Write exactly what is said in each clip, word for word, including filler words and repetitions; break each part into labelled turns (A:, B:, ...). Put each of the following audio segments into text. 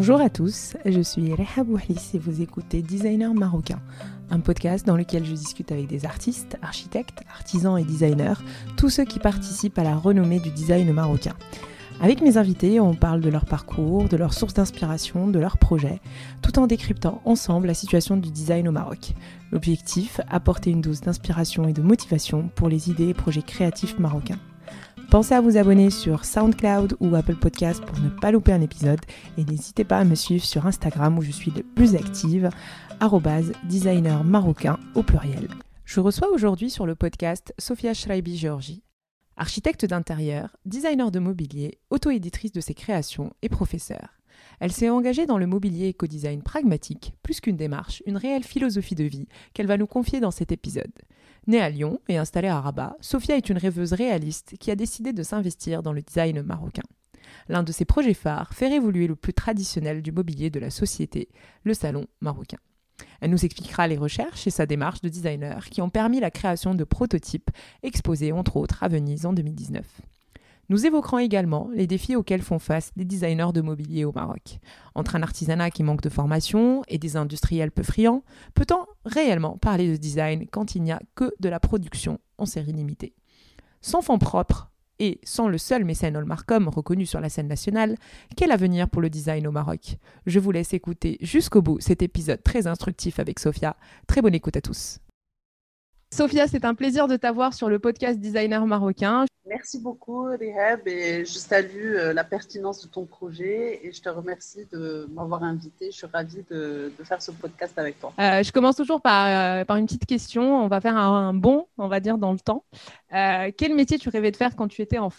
A: Bonjour à tous, je suis Reha Bouhlis et vous écoutez Designer Marocain, un podcast dans lequel je discute avec des artistes, architectes, artisans et designers, tous ceux qui participent à la renommée du design marocain. Avec mes invités, on parle de leur parcours, de leurs sources d'inspiration, de leurs projets, tout en décryptant ensemble la situation du design au Maroc. L'objectif, apporter une dose d'inspiration et de motivation pour les idées et projets créatifs marocains. Pensez à vous abonner sur SoundCloud ou Apple Podcast pour ne pas louper un épisode et n'hésitez pas à me suivre sur Instagram où je suis le plus active, arobase designer marocain au pluriel. Je reçois aujourd'hui sur le podcast Sophia Shraibi-Georgi, architecte d'intérieur, designer de mobilier, auto-éditrice de ses créations et professeure. Elle s'est engagée dans le mobilier éco-design pragmatique, plus qu'une démarche, une réelle philosophie de vie qu'elle va nous confier dans cet épisode. Née à Lyon et installée à Rabat, Sophia est une rêveuse réaliste qui a décidé de s'investir dans le design marocain. L'un de ses projets phares fait évoluer le plus traditionnel du mobilier de la société, le salon marocain. Elle nous expliquera les recherches et sa démarche de designer qui ont permis la création de prototypes exposés entre autres à Venise en deux mille dix-neuf. Nous évoquerons également les défis auxquels font face les designers de mobilier au Maroc. Entre un artisanat qui manque de formation et des industriels peu friands, peut-on réellement parler de design quand il n'y a que de la production en série limitée ? Sans fonds propres et sans le seul mécène Olmarcom reconnu sur la scène nationale, quel avenir pour le design au Maroc ? Je vous laisse écouter jusqu'au bout cet épisode très instructif avec Sophia. Très bonne écoute à tous. Sophia, c'est un plaisir de t'avoir sur le podcast Designer Marocain.
B: Merci beaucoup, Rehab, et je salue la pertinence de ton projet et je te remercie de m'avoir invitée. Je suis ravie de, de faire ce podcast avec toi.
A: Euh, je commence toujours par, euh, par une petite question. On va faire un, un bond, on va dire, dans le temps. Euh, quel métier tu rêvais de faire quand tu étais enfant ?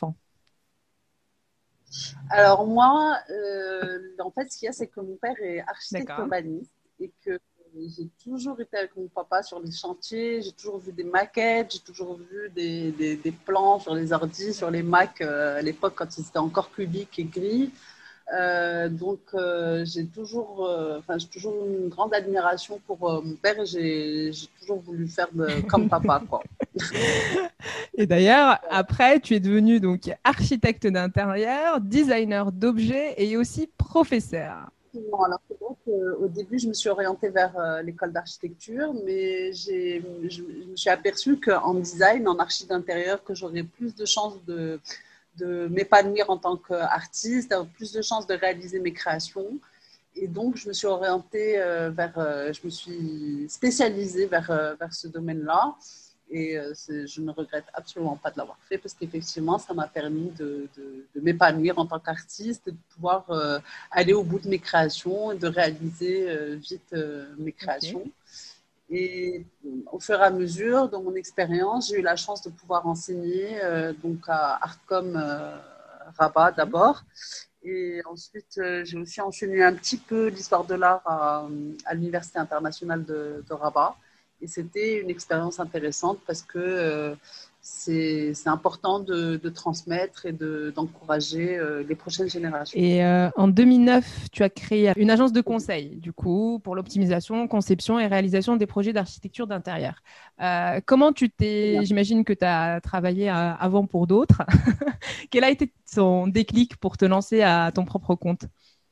B: Alors moi, euh, en fait, ce qu'il y a, c'est que mon père est architecte urbaniste et que j'ai toujours été avec mon papa sur les chantiers, j'ai toujours vu des maquettes, j'ai toujours vu des, des, des plans sur les ordis, sur les Mac euh, à l'époque quand ils étaient encore cubiques et gris. Euh, donc euh, j'ai toujours, euh, enfin, j'ai toujours une grande admiration pour euh, mon père et j'ai, j'ai toujours voulu faire de, comme papa, quoi.
A: Et d'ailleurs, après, tu es devenu donc architecte d'intérieur, designer d'objets et aussi professeur.
B: Non, alors c'est vrai qu'au début, je me suis orientée vers euh, l'école d'architecture, mais j'ai, je, je me suis aperçue qu'en design, en archi d'intérieur, que j'aurais plus de chances de, de m'épanouir en tant qu'artiste, d'avoir plus de chances de réaliser mes créations. Et donc, je me suis orientée euh, vers, euh, je me suis spécialisée vers, euh, vers ce domaine-là. Et euh, je ne regrette absolument pas de l'avoir fait parce qu'effectivement, ça m'a permis de, de, de m'épanouir en tant qu'artiste, de pouvoir euh, aller au bout de mes créations et de réaliser euh, vite euh, mes créations. Okay. Et au fur et à mesure de mon expérience, j'ai eu la chance de pouvoir enseigner euh, donc à Artcom euh, Rabat d'abord. Et ensuite, euh, j'ai aussi enseigné un petit peu l'histoire de l'art à, à l'Université internationale de, de Rabat. Et c'était une expérience intéressante parce que euh, c'est, c'est important de, de transmettre et de, d'encourager euh, les prochaines générations.
A: Et euh, en deux mille neuf, tu as créé une agence de conseil, du coup, pour l'optimisation, conception et réalisation des projets d'architecture d'intérieur. Euh, comment tu t'es, j'imagine que tu as travaillé à, avant pour d'autres. Quel a été ton déclic pour te lancer à ton propre compte ?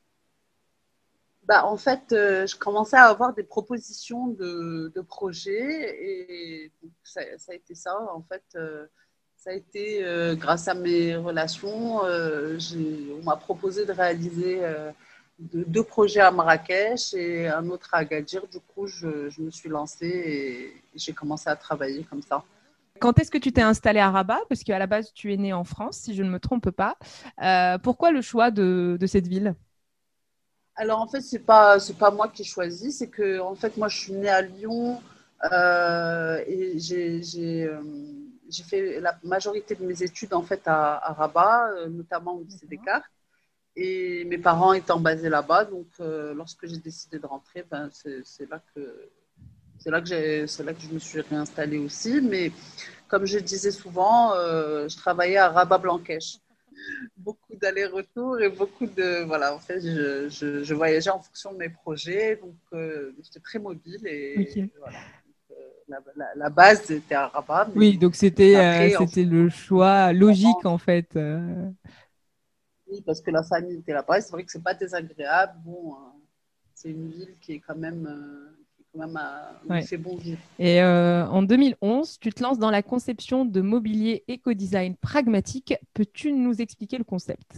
B: Bah, en fait, euh, je commençais à avoir des propositions de, de projets et ça, ça a été ça. En fait, euh, ça a été euh, grâce à mes relations. Euh, j'ai, on m'a proposé de réaliser euh, de, deux projets à Marrakech et un autre à Agadir. Du coup, je, je me suis lancée et j'ai commencé à travailler comme ça.
A: Quand est-ce que tu t'es installée à Rabat ? Parce qu'à la base, tu es née en France, si je ne me trompe pas. Euh, pourquoi le choix de, de cette ville ?
B: Alors, en fait, ce n'est pas, c'est pas moi qui ai choisi. C'est que, en fait, moi, je suis née à Lyon euh, et j'ai, j'ai, euh, j'ai fait la majorité de mes études, en fait, à, à Rabat, euh, notamment au lycée Descartes. Et mes parents étant basés là-bas, donc euh, lorsque j'ai décidé de rentrer, ben, c'est, c'est, là que, c'est, là que j'ai, c'est là que je me suis réinstallée aussi. Mais comme je disais souvent, euh, je travaillais à Rabat-Blanquèche. Beaucoup d'allers-retours et beaucoup de... Voilà, en fait, je, je, je voyageais en fonction de mes projets, donc euh, j'étais très mobile et okay. Voilà. Donc, euh, la, la, la base était à Rabat.
A: Mais oui, donc c'était, après, euh, c'était le choix logique, en fait. Euh...
B: oui, parce que la famille était là-bas. C'est vrai que c'est pas désagréable. Bon, euh, c'est une ville qui est quand même, euh, qui est quand même à- où il
A: Ouais.
B: fait bon vivre.
A: Et euh, en deux mille onze, tu te lances dans la conception de mobilier éco-design pragmatique. Peux-tu nous expliquer le concept?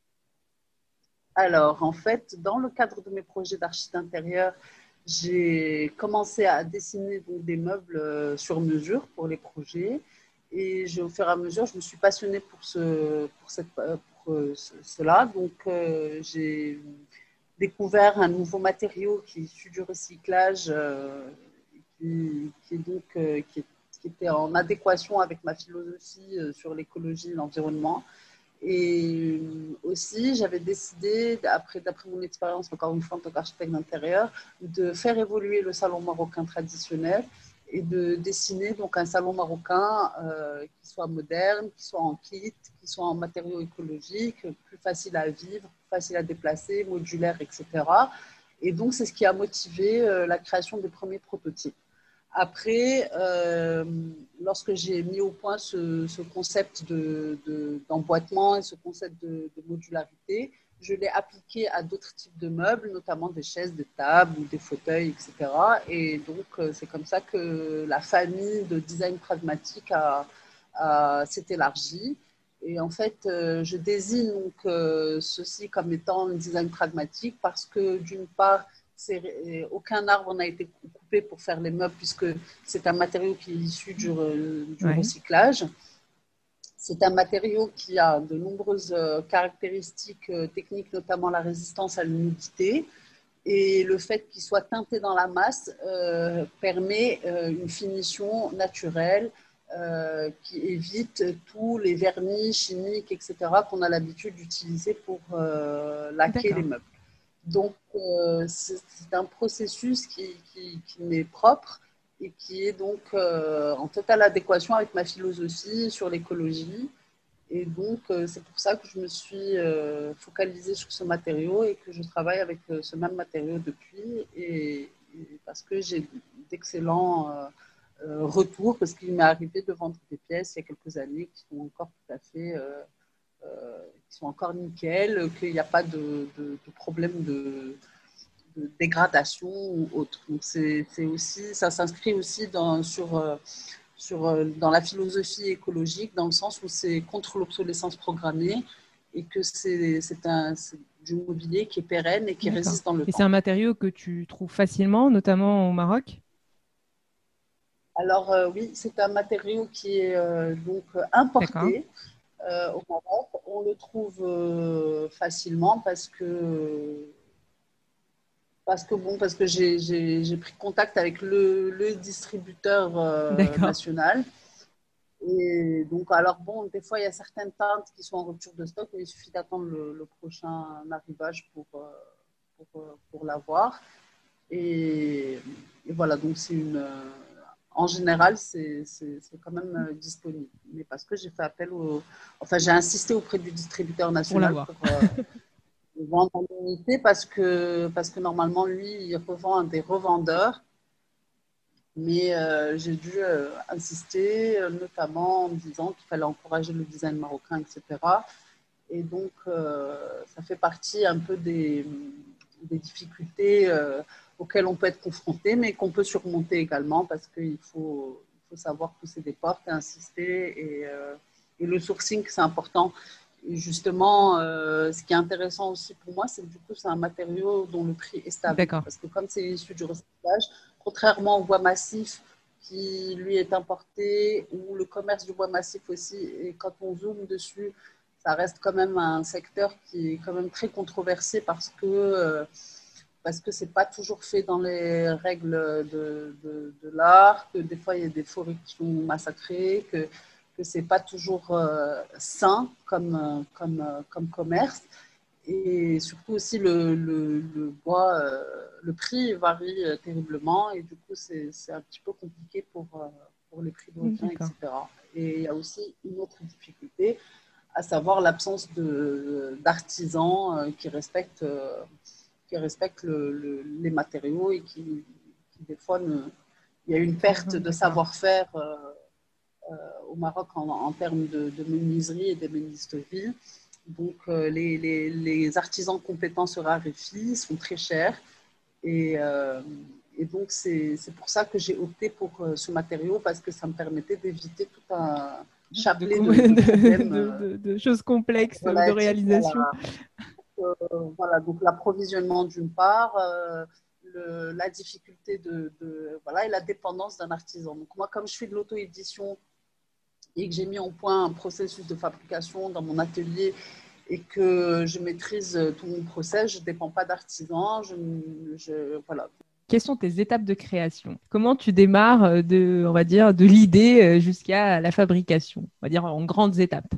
B: Alors, en fait, dans le cadre de mes projets d'archi d'intérieur, j'ai commencé à dessiner donc, des meubles euh, sur mesure pour les projets. Et je, au fur et à mesure, je me suis passionnée pour, ce, pour, cette, euh, pour euh, ce- cela. Donc, euh, j'ai découvert un nouveau matériau qui est issu du recyclage, euh, qui, qui, est donc, euh, qui, est- qui était en adéquation avec ma philosophie euh, sur l'écologie et l'environnement. Et aussi, j'avais décidé, après, d'après mon expérience, encore une fois en tant qu'architecte d'intérieur, de faire évoluer le salon marocain traditionnel et de dessiner donc un salon marocain euh, qui soit moderne, qui soit en kit, qui soit en matériaux écologiques, plus facile à vivre, plus facile à déplacer, modulaire, et cetera. Et donc, c'est ce qui a motivé euh, la création des premiers prototypes. Après, euh, lorsque j'ai mis au point ce, ce concept de, de, d'emboîtement et ce concept de, de modularité, je l'ai appliqué à d'autres types de meubles, notamment des chaises, des tables ou des fauteuils, et cetera. Et donc, euh, c'est comme ça que la famille de design pragmatique a, a, s'est élargie. Et en fait, euh, je désigne donc euh, ceci comme étant un design pragmatique parce que, d'une part, c'est, aucun arbre n'a été coupé pour faire les meubles puisque c'est un matériau qui est issu du, du
A: Ouais,
B: recyclage. C'est un matériau qui a de nombreuses caractéristiques techniques, notamment la résistance à l'humidité. Et le fait qu'il soit teinté dans la masse euh, permet euh, une finition naturelle euh, qui évite tous les vernis chimiques, et cetera, qu'on a l'habitude d'utiliser pour euh, laquer les
A: d'accord.
B: meubles. Donc, euh, c'est un processus qui, qui, qui m'est propre et qui est donc euh, en totale adéquation avec ma philosophie sur l'écologie. Et donc, euh, c'est pour ça que je me suis euh, focalisée sur ce matériau et que je travaille avec euh, ce même matériau depuis. Et, et parce que j'ai d'excellents euh, euh, retours, parce qu'il m'est arrivé de vendre des pièces il y a quelques années qui sont encore tout à fait euh, euh, qui sont encore nickel, qu'il n'y a pas de, de, de problème de, de, dégradation ou autre. Donc c'est aussi, ça s'inscrit aussi dans, sur, euh, sur, euh, dans la philosophie écologique, dans le sens où c'est contre l'obsolescence programmée et que c'est du mobilier qui est pérenne et qui
A: D'accord.
B: résiste dans le
A: Et c'est
B: temps.
A: un matériau que tu trouves facilement, notamment au Maroc?
B: Alors euh, oui, c'est un matériau qui est euh, donc
A: D'accord.
B: importé euh, au Maroc. On le trouve euh, facilement parce que Parce que bon, parce que j'ai pris contact avec le, le distributeur euh,
A: D'accord.
B: national. Et donc, alors bon, des fois, il y a certaines teintes qui sont en rupture de stock, mais il suffit d'attendre le, le, prochain arrivage pour, euh, pour, euh, pour l'avoir. Et, et, voilà, donc c'est une. Euh, en général, c'est quand même euh, disponible. Mais parce que j'ai fait appel au. Enfin, j'ai insisté auprès du distributeur
A: Pour
B: national
A: l'avoir.
B: pour. Euh, vendre en unité parce que, parce que normalement, lui, il revend à des revendeurs. Mais euh, j'ai dû euh, insister, euh, notamment en disant qu'il fallait encourager le design marocain, et cetera. Et donc, euh, ça fait partie un peu des, des difficultés euh, auxquelles on peut être confronté, mais qu'on peut surmonter également parce qu'il faut, il faut savoir pousser des portes et insister. Et, euh, et le sourcing, c'est important. Et justement, euh, ce qui est intéressant aussi pour moi, c'est que du coup, c'est un matériau dont le prix est stable.
A: D'accord.
B: Parce que comme c'est issu du recyclage, contrairement au bois massif qui, lui, est importé, ou le commerce du bois massif aussi, et quand on zoome dessus, ça reste quand même un secteur qui est quand même très controversé parce que euh, parce que c'est pas toujours fait dans les règles de, de, de l'art, que des fois il y a des forêts qui sont massacrées, que que c'est pas toujours euh, sain comme comme comme commerce et surtout aussi le, le, le bois, euh, le prix varie euh, terriblement et du coup c'est un petit peu compliqué pour euh, pour les prix de revient,
A: D'accord.
B: et cetera. Et il y a aussi une autre difficulté, à savoir l'absence d'artisans euh, qui respectent, euh, qui respectent le, le, les matériaux et qui, qui des fois, ne, il y a une perte de
A: D'accord.
B: savoir-faire euh, euh, au Maroc en, en termes de, de menuiserie et d'ébénisterie. Donc, euh, les, les, les artisans compétents se raréfient, sont très chers. Et, euh, et donc, c'est pour ça que j'ai opté pour euh, ce matériau, parce que ça me permettait d'éviter tout un chapelet de, de, de problèmes.
A: de, de, de choses complexes
B: euh,
A: de réalisation.
B: Euh, voilà, donc l'approvisionnement d'une part, euh, le, la difficulté de, de, voilà, et la dépendance d'un artisan. Donc moi, comme je fais de l'auto-édition et que j'ai mis en point un processus de fabrication dans mon atelier et que je maîtrise tout mon process, je ne dépends pas d'artisan. Je, je, voilà.
A: Quelles sont tes étapes de création? Comment tu démarres de, on va dire, de l'idée jusqu'à la fabrication, on va dire en grandes étapes?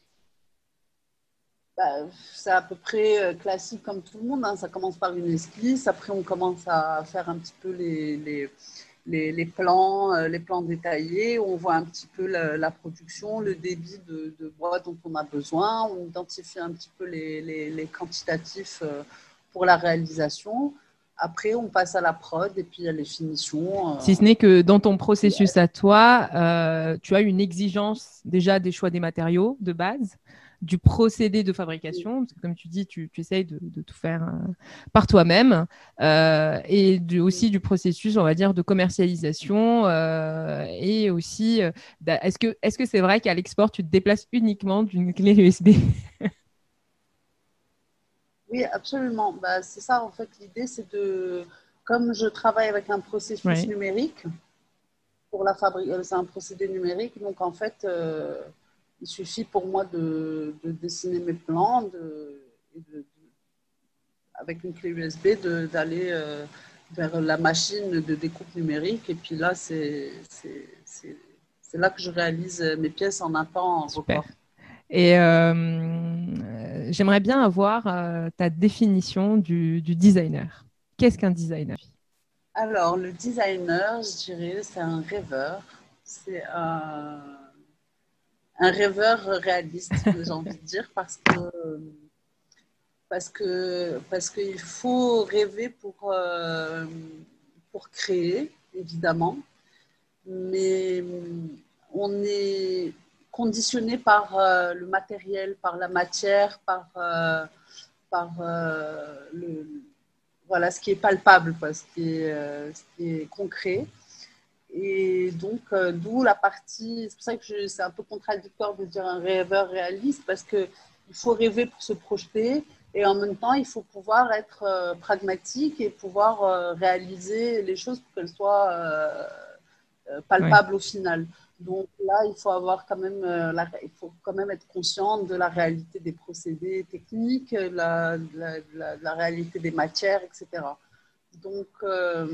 B: Bah, c'est à peu près classique comme tout le monde, hein. Ça commence par une esquisse, après on commence à faire un petit peu les, les, les, les plans, euh, les plans détaillés, on voit un petit peu la, la production, le débit de, de bois dont on a besoin, on identifie un petit peu les, les, les quantitatifs euh, pour la réalisation. Après, on passe à la prod et puis à les finitions. Euh,
A: si ce n'est que dans ton processus à toi, euh, tu as une exigence déjà des choix des matériaux de base, du procédé de fabrication, parce que comme tu dis, tu, tu essayes de, de tout faire euh, par toi-même, euh, et du, aussi du processus, on va dire, de commercialisation, euh, et aussi, euh, est-ce que est-ce que c'est vrai qu'à l'export, tu te déplaces uniquement d'une clé U S B?
B: Oui, absolument. Bah, c'est ça, en fait, l'idée, c'est de, comme je travaille avec un processus ouais. numérique, pour la fabrique, c'est un procédé numérique, donc en fait, euh, il suffit pour moi de, de dessiner mes plans de, de, de, avec une clé U S B, d'aller euh, vers la machine de découpe numérique, et puis là, c'est là que je réalise mes pièces en un temps
A: Super.
B: record.
A: Et euh, j'aimerais bien avoir euh, ta définition du, du designer. Qu'est-ce qu'un designer?
B: Alors, le designer, je dirais, c'est un rêveur. C'est un, un rêveur réaliste, j'ai envie de dire, parce que parce que parce qu'il faut rêver pour euh, pour créer, évidemment, mais on est conditionné par euh, le matériel, par la matière, par euh, par euh, le voilà ce qui est palpable, quoi, ce qui est euh, ce qui est concret. Et donc, euh, d'où la partie, c'est pour ça que c'est un peu contradictoire de dire un rêveur réaliste, parce qu'il faut rêver pour se projeter, et en même temps, il faut pouvoir être euh, pragmatique et pouvoir euh, réaliser les choses pour qu'elles soient euh, palpables oui. au final. Donc là, il faut avoir quand même, euh, la, il faut quand même être conscient de la réalité des procédés techniques, la, la, la, la réalité des matières, et cetera. Donc, euh,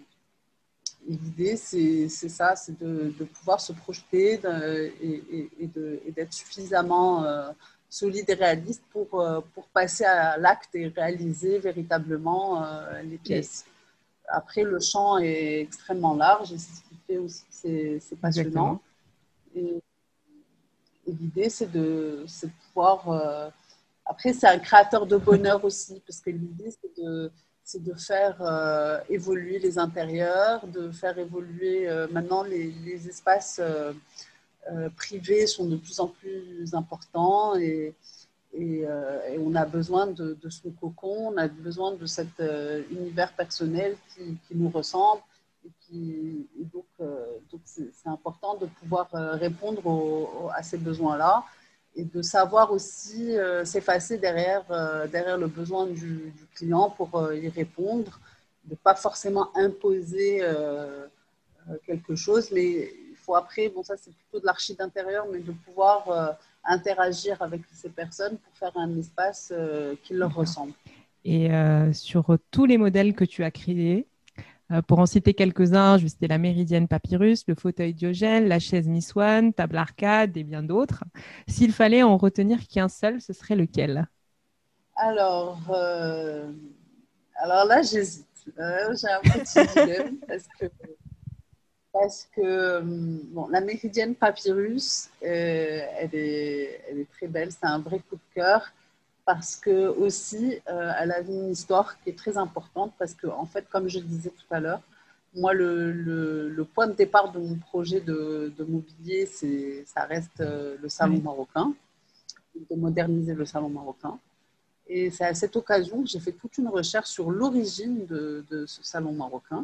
B: l'idée, c'est ça, c'est de, de pouvoir se projeter de, et, et, et d'être suffisamment euh, solide et réaliste pour, euh, pour passer à l'acte et réaliser véritablement euh, les pièces. Et après, le champ est extrêmement large et c'est ce qui fait aussi que c'est passionnant. Et, et l'idée, c'est de, de pouvoir... Euh, après, c'est un créateur de bonheur aussi, parce que l'idée, c'est de... c'est de faire euh, évoluer les intérieurs, de faire évoluer euh, maintenant les, les espaces euh, euh, privés sont de plus en plus importants et, et, euh, et on a besoin de, de son cocon, on a besoin de cet euh, univers personnel qui, qui nous ressemble et, qui, et donc euh, donc c'est important de pouvoir euh, répondre au, à ces besoins-là et de savoir aussi euh, s'effacer derrière, euh, derrière le besoin du, du client pour euh, y répondre, de ne pas forcément imposer euh, quelque chose, mais il faut après, bon ça c'est plutôt de l'archi d'intérieur, mais de pouvoir euh, interagir avec ces personnes pour faire un espace euh, qui leur ressemble.
A: Et euh, sur tous les modèles que tu as créés, Euh, pour en citer quelques-uns, je vais citer la Méridienne Papyrus, le fauteuil Diogène, la chaise Miss One, table arcade et bien d'autres. S'il fallait en retenir qu'un seul, ce serait lequel?
B: Alors, euh, alors là, j'hésite. Euh, J'ai un petit dilemme parce que, parce que bon, la Méridienne Papyrus, euh, elle, est, elle est très belle, c'est un vrai coup de cœur. Parce que aussi, euh, elle a une histoire qui est très importante parce que, en fait, comme je le disais tout à l'heure, moi, le, le, le point de départ de mon projet de, de mobilier, ça reste euh, le salon oui. marocain. de moderniser le salon marocain. Et c'est à cette occasion que j'ai fait toute une recherche sur l'origine de, de ce salon marocain.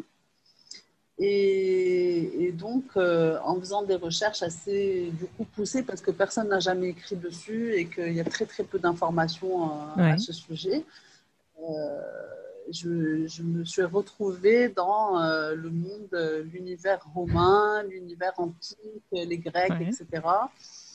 B: Et, et donc, euh, en faisant des recherches assez du coup poussées, parce que personne n'a jamais écrit dessus et qu'il y a très très peu d'informations euh, à
A: Ouais.
B: ce sujet, euh, je, je me suis retrouvée dans euh, le monde, euh, l'univers romain, l'univers antique, les Grecs,
A: Ouais.
B: et cetera.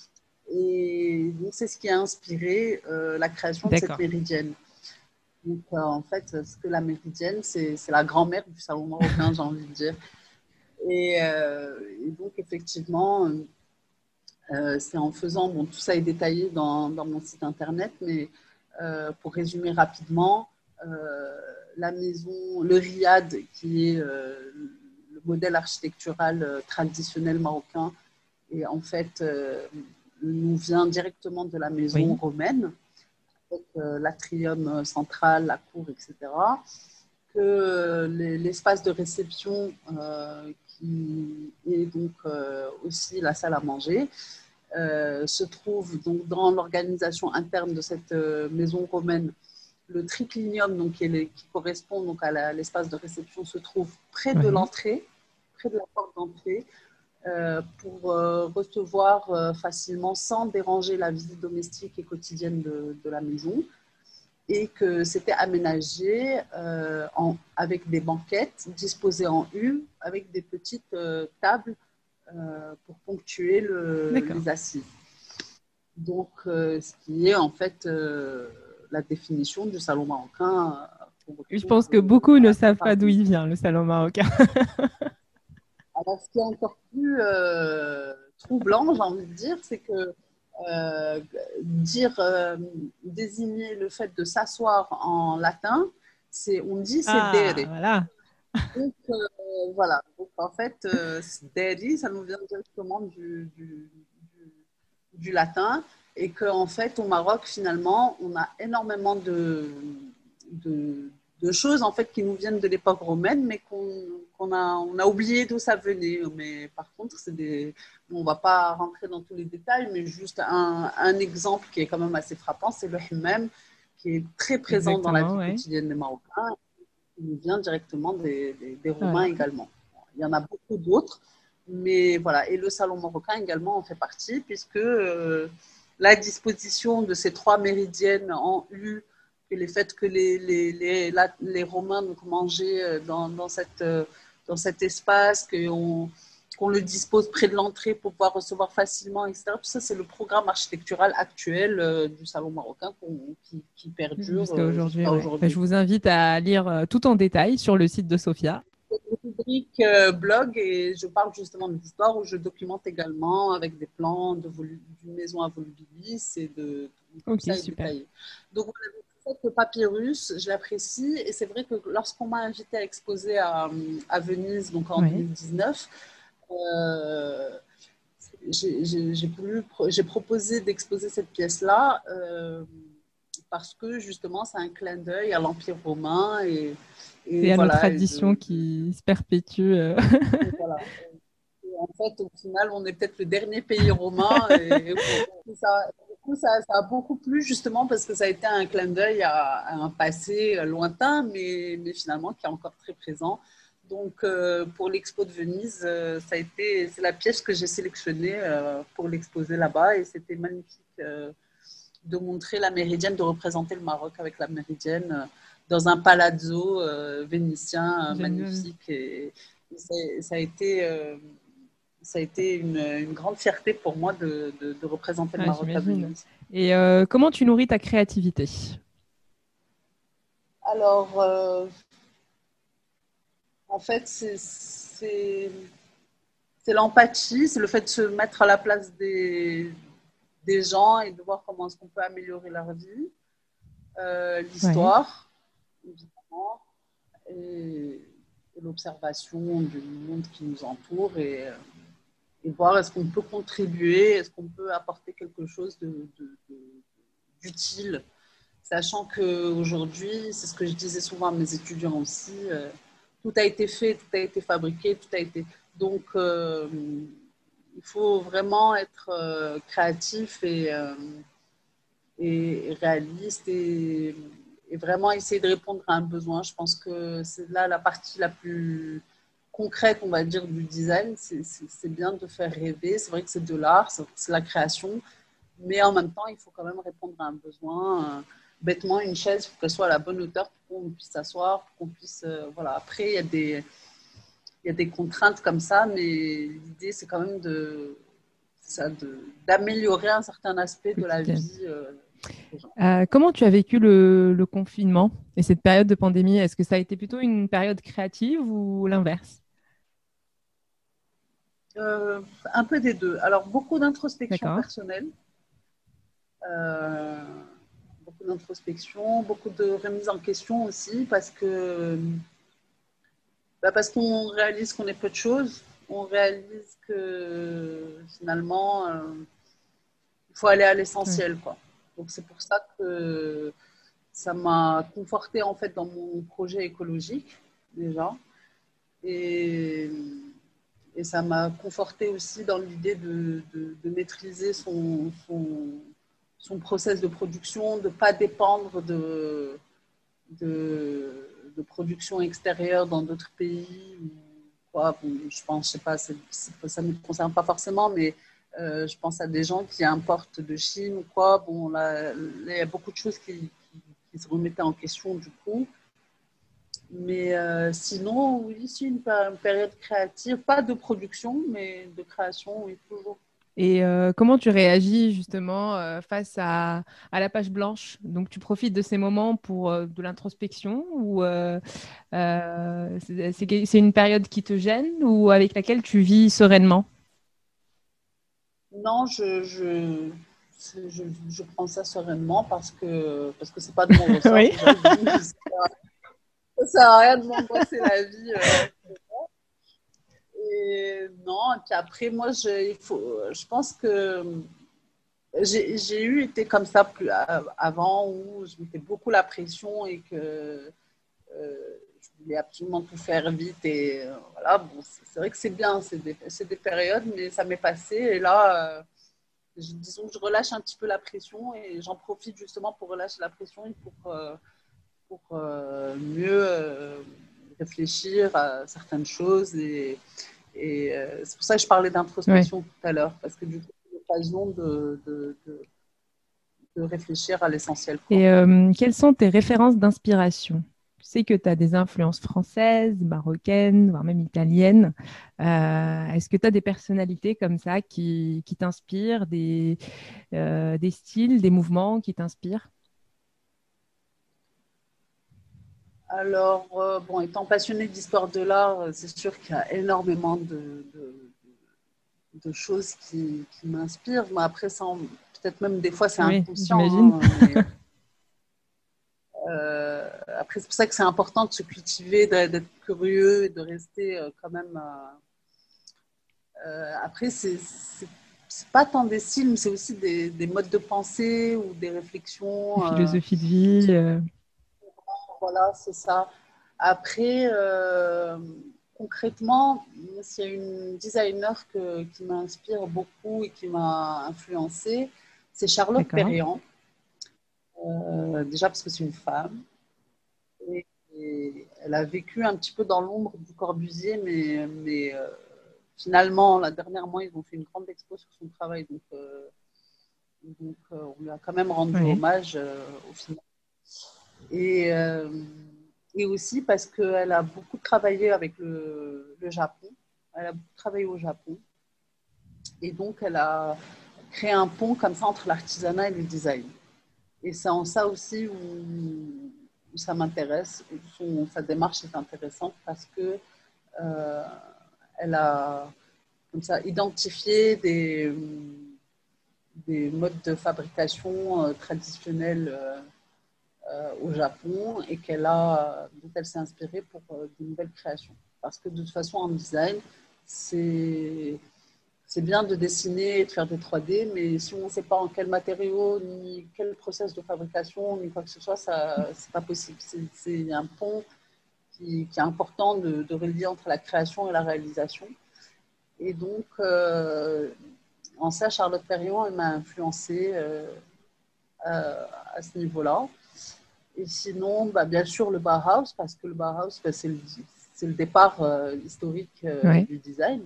B: Et donc, c'est ce qui a inspiré euh, la création de cette
A: D'accord.
B: méridienne. Donc, euh, en fait, ce que la méridienne, c'est, c'est la grand-mère du salon marocain, j'ai envie de dire. Et, euh, et donc, effectivement, euh, c'est en faisant, bon, tout ça est détaillé dans, dans mon site internet, mais euh, pour résumer rapidement, euh, la maison, le riad, qui est euh, le modèle architectural euh, traditionnel marocain, et en fait, euh, nous vient directement de la maison
A: Oui.
B: romaine, avec euh, l'atrium central, la cour, et cetera. Que l'espace de réception, euh, qui est donc euh, aussi la salle à manger, euh, se trouve donc dans l'organisation interne de cette euh, maison romaine. Le triclinium, donc, qui, est les, qui correspond donc à l'espace de réception, se trouve près de
A: Ouais.
B: l'entrée, près de la porte d'entrée, euh, pour euh, recevoir euh, facilement, sans déranger la vie domestique et quotidienne de, de la maison. Et que c'était aménagé euh, en, avec des banquettes disposées en U, avec des petites euh, tables euh, pour ponctuer le,
A: D'accord.
B: les assises. Donc, euh, ce qui est en fait euh, la définition du salon marocain qu'on
A: Je
B: retrouve
A: pense que
B: euh,
A: beaucoup
B: dans
A: ne
B: la
A: savent
B: plupart
A: pas d'où
B: des...
A: il vient, le salon marocain.
B: Alors, ce qui est encore plus euh, troublant, j'ai envie de dire, c'est que euh, dire, euh, désigner le fait de s'asseoir en latin, c'est, on dit c'est
A: Ah,
B: dere.
A: voilà.
B: Donc, euh, voilà. Donc, en fait, euh, deri, ça nous vient directement du, du, du, du latin. Et qu'en fait, au Maroc, finalement, on a énormément de, de, de choses en fait, qui nous viennent de l'époque romaine, mais qu'on qu'on a, on a oublié d'où ça venait. Mais par contre, c'est des, bon, on ne va pas rentrer dans tous les détails, mais juste un, un exemple qui est quand même assez frappant, c'est le hammam, qui est très présent dans la
A: Exactement,
B: vie
A: ouais.
B: quotidienne des Marocains. Il vient directement des, des, des Romains
A: Voilà.
B: également. Il y en a beaucoup d'autres, mais voilà. Et le salon marocain également en fait partie, puisque euh, la disposition de ces trois méridiennes en U, et le fait que les, les, les, la, les Romains donc, mangeaient dans, dans, cette, dans cet espace, qu'on qu'on le dispose près de l'entrée pour pouvoir recevoir facilement, et cetera. Tout ça, c'est le programme architectural actuel euh, du salon marocain qui, qui perdure
A: Jusqu'à
B: euh,
A: aujourd'hui,
B: jusqu'à
A: ouais. Bah,
B: aujourd'hui.
A: je vous invite à lire euh, tout en détail sur le site de Sophia.
B: Rubrique euh, blog et je parle justement de l'histoire où je documente également avec des plans de d'une maison à volubilis et de tout
A: Ok,
B: ça est
A: super.
B: détaillé. Donc voilà, le papyrus, je l'apprécie et c'est vrai que lorsqu'on m'a invité à exposer à, à Venise, donc en
A: Ouais.
B: deux mille dix-neuf, euh, j'ai proposé d'exposer cette pièce-là euh, parce que justement c'est un clin d'œil à l'Empire romain et, et
A: C'est à nos
B: voilà. Et
A: traditions
B: de, de,
A: qui se perpétuent. euh.
B: et voilà. Et en fait, au final, on est peut-être le dernier pays romain. Et, et ça, du coup, ça, ça, a beaucoup plu justement parce que ça a été un clin d'œil à, à un passé lointain, mais, mais finalement qui est encore très présent. Donc, euh, pour l'expo de Venise, euh, ça a été, c'est la pièce que j'ai sélectionnée euh, pour l'exposer là-bas et c'était magnifique euh, de montrer la méridienne, de représenter le Maroc avec la méridienne euh, dans un palazzo euh, vénitien euh,
A: Génial.
B: magnifique et, et ça a été euh, ça a été une, une, grande fierté pour moi de, de, de représenter le
A: Ah,
B: Maroc à
A: j'imagine.
B: Venise.
A: Et euh, comment tu nourris ta créativité?
B: Alors, euh, en fait, c'est l'empathie, c'est le fait de se mettre à la place des, des gens et de voir comment est-ce qu'on peut améliorer leur vie. Euh,
A: Ouais.
B: L'histoire, évidemment, et, et l'observation du monde qui nous entoure et, et voir est-ce qu'on peut contribuer, est-ce qu'on peut apporter quelque chose de, de, de, d'utile, sachant qu'aujourd'hui, c'est ce que je disais souvent à mes étudiants aussi, euh, tout a été fait, tout a été fabriqué, tout a été... Donc, euh, il faut vraiment être euh, créatif et, euh, et réaliste et, et vraiment essayer de répondre à un besoin. Je pense que c'est là la partie la plus concrète, on va dire, du design. C'est, c'est, c'est bien de faire rêver. C'est vrai que c'est de l'art, c'est, c'est la création, mais en même temps, il faut quand même répondre à un besoin. Euh, bêtement, une chaise, il faut qu'elle soit à la bonne hauteur pour qu'on puisse s'asseoir, pour qu'on puisse... Euh, voilà. Après, il y a des... Il y a des contraintes comme ça, mais l'idée, c'est quand même de, ça, de, d'améliorer un certain aspect de la
A: Quotidienne.
B: vie euh, des gens.
A: Euh, comment tu as vécu le, le confinement et cette période de pandémie? Est-ce que ça a été plutôt une période créative ou l'inverse?
B: Euh, un peu des deux. Alors, beaucoup d'introspection
A: D'accord.
B: personnelle, euh, beaucoup d'introspection, beaucoup de remise en question aussi, parce que bah parce qu'on réalise qu'on est peu de choses, on réalise que finalement, euh, il faut aller à
A: Oui.
B: l'essentiel, quoi. Donc, c'est pour ça que ça m'a confortée en fait dans mon projet écologique déjà et, et ça m'a confortée aussi dans l'idée de, de, de maîtriser son, son, son process de production, de ne pas dépendre de, de, de production extérieure dans d'autres pays. Ou quoi. Bon, je pense, je sais pas, c'est, c'est, ça ne me concerne pas forcément, mais euh, je pense à des gens qui importent de Chine ou quoi. Bon, là, là, il y a beaucoup de choses qui, qui, qui se remettaient en question du coup. Mais euh, sinon, oui, c'est une, une période créative, pas de production, mais de création, oui, toujours.
A: Et euh, comment tu réagis justement euh, face à, à la page blanche? Donc, tu profites de ces moments pour euh, de l'introspection ou euh, euh, c'est, c'est c'est une période qui te gêne ou avec laquelle tu vis sereinement?
B: Non, je, je, je, je prends ça sereinement parce que parce que c'est pas de mon ressort
A: Oui.
B: déjà. Ça sert à rien de m'angoisser la vie. Euh, et non, et puis après, moi, je, il faut, je pense que j'ai, j'ai eu été comme ça plus avant où je mettais beaucoup la pression et que euh, je voulais absolument tout faire vite. Et euh, voilà, bon, c'est, c'est vrai que c'est bien, c'est des, c'est des périodes, mais ça m'est passé. Et là, euh, je, disons que je relâche un petit peu la pression et j'en profite justement pour relâcher la pression et pour, euh, pour euh, mieux euh, réfléchir à certaines choses. Et, et euh, c'est pour ça que je parlais
A: Ouais.
B: d'introspection tout à l'heure, parce que du coup, c'est l'occasion de, de, de, de réfléchir à l'essentiel, quoi.
A: Et euh, quelles sont tes références d'inspiration? Tu sais que tu as des influences françaises, marocaines, voire même italiennes. Euh, est-ce que tu as des personnalités comme ça qui, qui t'inspirent, des, euh, des styles, des mouvements qui t'inspirent?
B: Alors, euh, bon, étant passionnée d'histoire de l'art, euh, c'est sûr qu'il y a énormément de, de, de choses qui, qui m'inspirent. Mais après, ça, peut-être même des fois, c'est
A: Oui, j'imagine.
B: inconscient. Hein, mais euh, après, c'est pour ça que c'est important de se cultiver, d'être curieux et de rester euh, quand même. Euh, euh, après, c'est, c'est, c'est pas tant des styles, mais c'est aussi des, des modes de pensée ou des
A: Une
B: réflexions. Euh,
A: philosophie de vie. euh,
B: Voilà, c'est ça. Après, euh, concrètement, s'il y a une designer que, qui m'inspire beaucoup et qui m'a influencée, c'est Charlotte
A: D'accord.
B: Perriand. Euh, déjà parce que c'est une femme. Et, et elle a vécu un petit peu dans l'ombre du Corbusier, mais, mais euh, finalement, là, dernièrement, ils ont fait une grande expo sur son travail. Donc, euh, donc euh, on lui a quand même rendu
A: Oui.
B: hommage euh, au final. Et, euh, et aussi parce qu'elle a beaucoup travaillé avec le, le Japon. Elle a beaucoup travaillé au Japon. Et donc, elle a créé un pont comme ça entre l'artisanat et le design. Et c'est en ça aussi où, où ça m'intéresse. Son, sa démarche est intéressante parce que euh, elle a comme ça identifié des, des modes de fabrication euh, traditionnels euh, euh, au Japon et qu'elle a, dont elle s'est inspirée pour euh, de nouvelles créations. Parce que de toute façon, en design, c'est, c'est bien de dessiner et de faire des trois D, mais si on ne sait pas en quel matériau, ni quel process de fabrication, ni quoi que ce soit, ça, c'est pas possible. C'est, c'est un pont qui, qui est important de, de relier entre la création et la réalisation. Et donc, euh, en ça, Charlotte Perriand, elle m'a influencée. Euh, euh, à ce niveau-là. Et sinon, bah, bien sûr, le Bauhaus, parce que le Bauhaus, bah, c'est, le, c'est le départ euh, historique euh,
A: Ouais.
B: du design.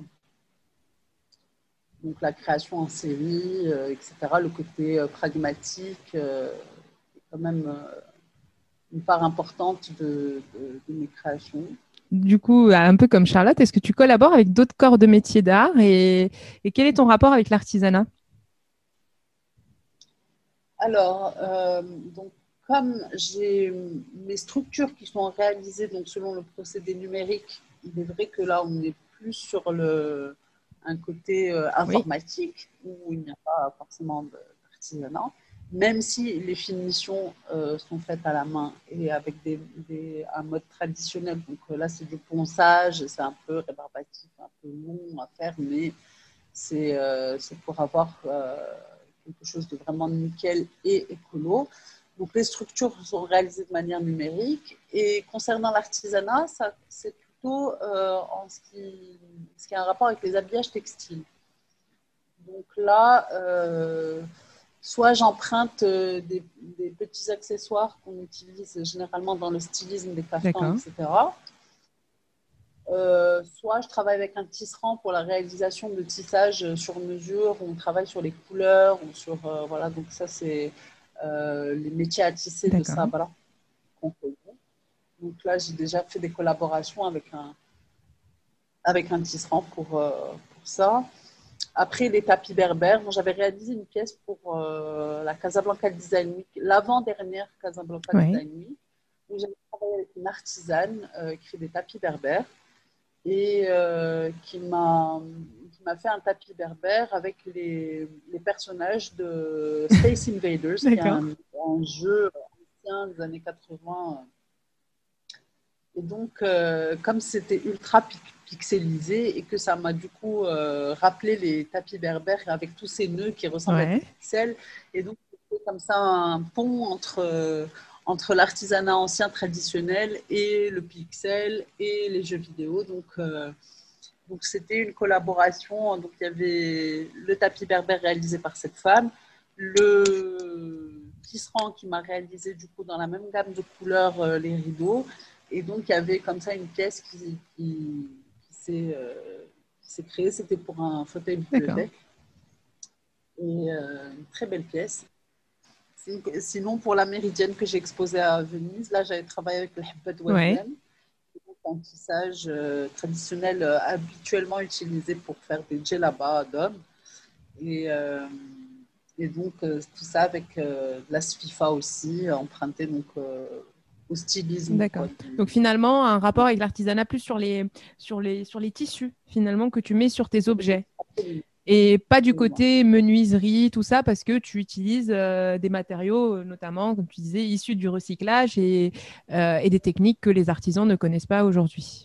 B: Donc la création en série, euh, et cetera. Le côté euh, pragmatique euh, est quand même euh, une part importante de, de, de mes créations.
A: Du coup, un peu comme Charlotte, est-ce que tu collabores avec d'autres corps de métiers d'art et, et quel est ton rapport avec l'artisanat?
B: Alors, euh, donc, comme j'ai mes structures qui sont réalisées donc, selon le procédé numérique, il est vrai que là, on est plus sur le, un côté euh,
A: Oui,
B: informatique où il n'y a pas forcément d'artisanat, même si les finitions euh, sont faites à la main et avec des, des, un mode traditionnel. Donc euh, là, c'est du ponçage, c'est un peu rébarbatif, un peu long à faire, mais c'est euh, pour avoir euh, quelque chose de vraiment nickel et écolo. Donc les structures sont réalisées de manière numérique. Et concernant l'artisanat, c'est plutôt euh, en ce qui, ce qui a un rapport avec les habillages textiles. Donc là, euh, soit j'emprunte des, des petits accessoires qu'on utilise généralement dans le stylisme des caftans,
A: d'accord.
B: et cetera. Euh, soit je travaille avec un tisserand pour la réalisation de tissage sur mesure, où on travaille sur les couleurs, ou sur, euh, voilà, donc ça c'est euh, les métiers à tisser de
A: D'accord.
B: Sabra qu'on connaît. Donc là, j'ai déjà fait des collaborations avec un, avec un tisserand pour, euh, pour ça. Après, les tapis berbères, j'avais réalisé une pièce pour euh, la Casablanca Design Week, l'avant-dernière Casablanca
A: Ouais.
B: Design Week, où j'avais travaillé avec une artisane euh, qui fait des tapis berbères et euh, qui m'a qui m'a fait un tapis berbère avec les, les personnages de Space Invaders, qui est
A: D'accord.
B: un, un jeu ancien des années quatre-vingts. Et donc, euh, comme c'était ultra pixelisé et que ça m'a du coup euh, rappelé les tapis berbères avec tous ces nœuds qui ressemblent à des
A: Ouais.
B: pixels. Et donc, c'était comme ça un pont entre, euh, entre l'artisanat ancien traditionnel et le pixel et les jeux vidéo. Donc, euh, donc c'était une collaboration. Donc, il y avait le tapis berbère réalisé par cette femme, le tisserand qui m'a réalisé du coup dans la même gamme de couleurs euh, les rideaux. Et donc, il y avait comme ça une pièce qui, qui, qui s'est euh, créée. C'était pour un fauteuil
A: D'accord.
B: bibliothèque. Et euh, une très belle pièce. Sinon, pour la méridienne que j'ai exposée à Venise, là, j'avais travaillé avec le Hibba de
A: Ouais.
B: Wazem, un tissage euh, traditionnel euh, habituellement utilisé pour faire des djellabas d'hommes. Et, euh, et donc, euh, tout ça avec euh, de la sfifa aussi, emprunté donc, euh, au stylisme. Quoi,
A: D'accord.
B: du...
A: Donc finalement, un rapport avec l'artisanat plus sur les, sur les, sur les tissus, finalement, que tu mets sur tes
B: Absolument,
A: objets.
B: absolument,
A: Et pas du
B: absolument.
A: côté menuiserie, tout ça, parce que tu utilises euh, des matériaux, euh, notamment, comme tu disais, issus du recyclage et, euh, et des techniques que les artisans ne connaissent pas aujourd'hui.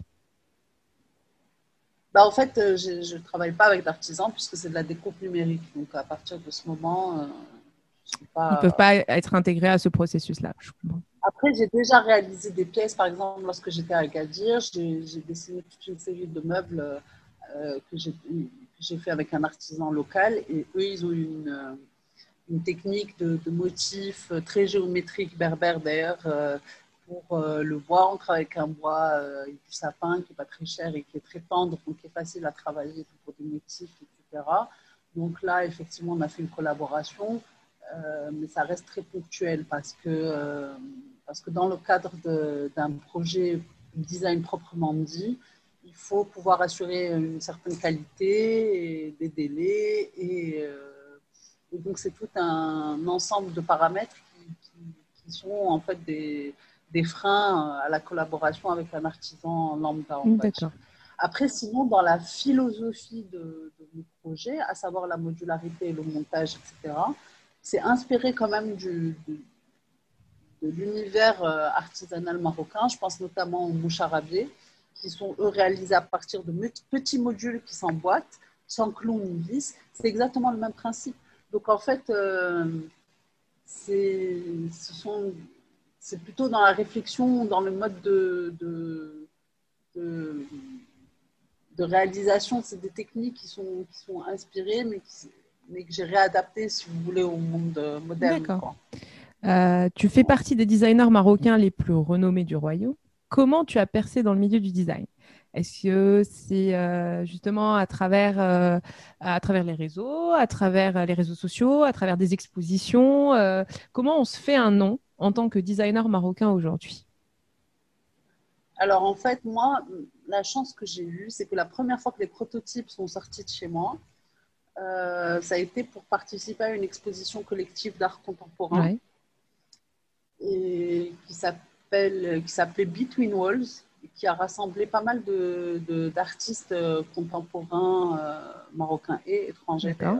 B: Bah, en fait, euh, je ne travaille pas avec d'artisans puisque c'est de la découpe numérique. Donc, à partir de ce moment, euh, je suis
A: Ils ne peuvent
B: pas.
A: pas être intégrés à ce processus-là. Je comprends.
B: Après, j'ai déjà réalisé des pièces. Par exemple, lorsque j'étais à Agadir, j'ai dessiné toute une série de meubles euh, que j'ai fait avec un artisan local. Et eux, ils ont une, une technique de, de motifs très géométrique, berbère d'ailleurs. Euh, pour euh, le bois, on travaille avec un bois euh, du sapin qui n'est pas très cher et qui est très tendre, donc qui est facile à travailler pour des motifs, et cetera. Donc là, effectivement, on a fait une collaboration, euh, mais ça reste très ponctuel parce que, euh, parce que dans le cadre d'un projet design proprement dit, il faut pouvoir assurer une certaine qualité et des délais et euh, et donc, c'est tout un ensemble de paramètres qui, qui, qui sont en fait des, des, freins à la collaboration avec un artisan lambda, on va dire.
A: D'accord.
B: Après, sinon, dans la philosophie de, de mon projet, à savoir la modularité et le montage, et cetera, c'est inspiré quand même du, de, de l'univers artisanal marocain. Je pense notamment aux moucharabiers, qui sont eux réalisés à partir de petits modules qui s'emboîtent, sans clous ni vis. C'est exactement le même principe. Donc en fait, euh, c'est plutôt dans la réflexion, dans le mode de, de, de, de réalisation. C'est des techniques qui sont, qui sont inspirées, mais qui, mais que j'ai réadapté, si vous voulez, au monde euh, moderne,
A: D'accord.
B: quoi.
A: Euh, tu fais partie des designers marocains les plus renommés du royaume. Comment tu as percé dans le milieu du design? Est-ce que c'est euh, justement à travers, euh, à travers les réseaux, à travers euh, les réseaux sociaux, à travers des expositions? euh, Comment on se fait un nom en tant que designer marocain aujourd'hui?
B: Alors, en fait, moi, la chance que j'ai eue, c'est que la première fois que les prototypes sont sortis de chez moi, euh, ça a été pour participer à une exposition collective d'art contemporain
A: Ouais,
B: et qui s'appelle, qui s'appelait Between Walls, qui a rassemblé pas mal de, de, d'artistes euh, contemporains euh, marocains et étrangers
A: d'accord.
B: d'ailleurs.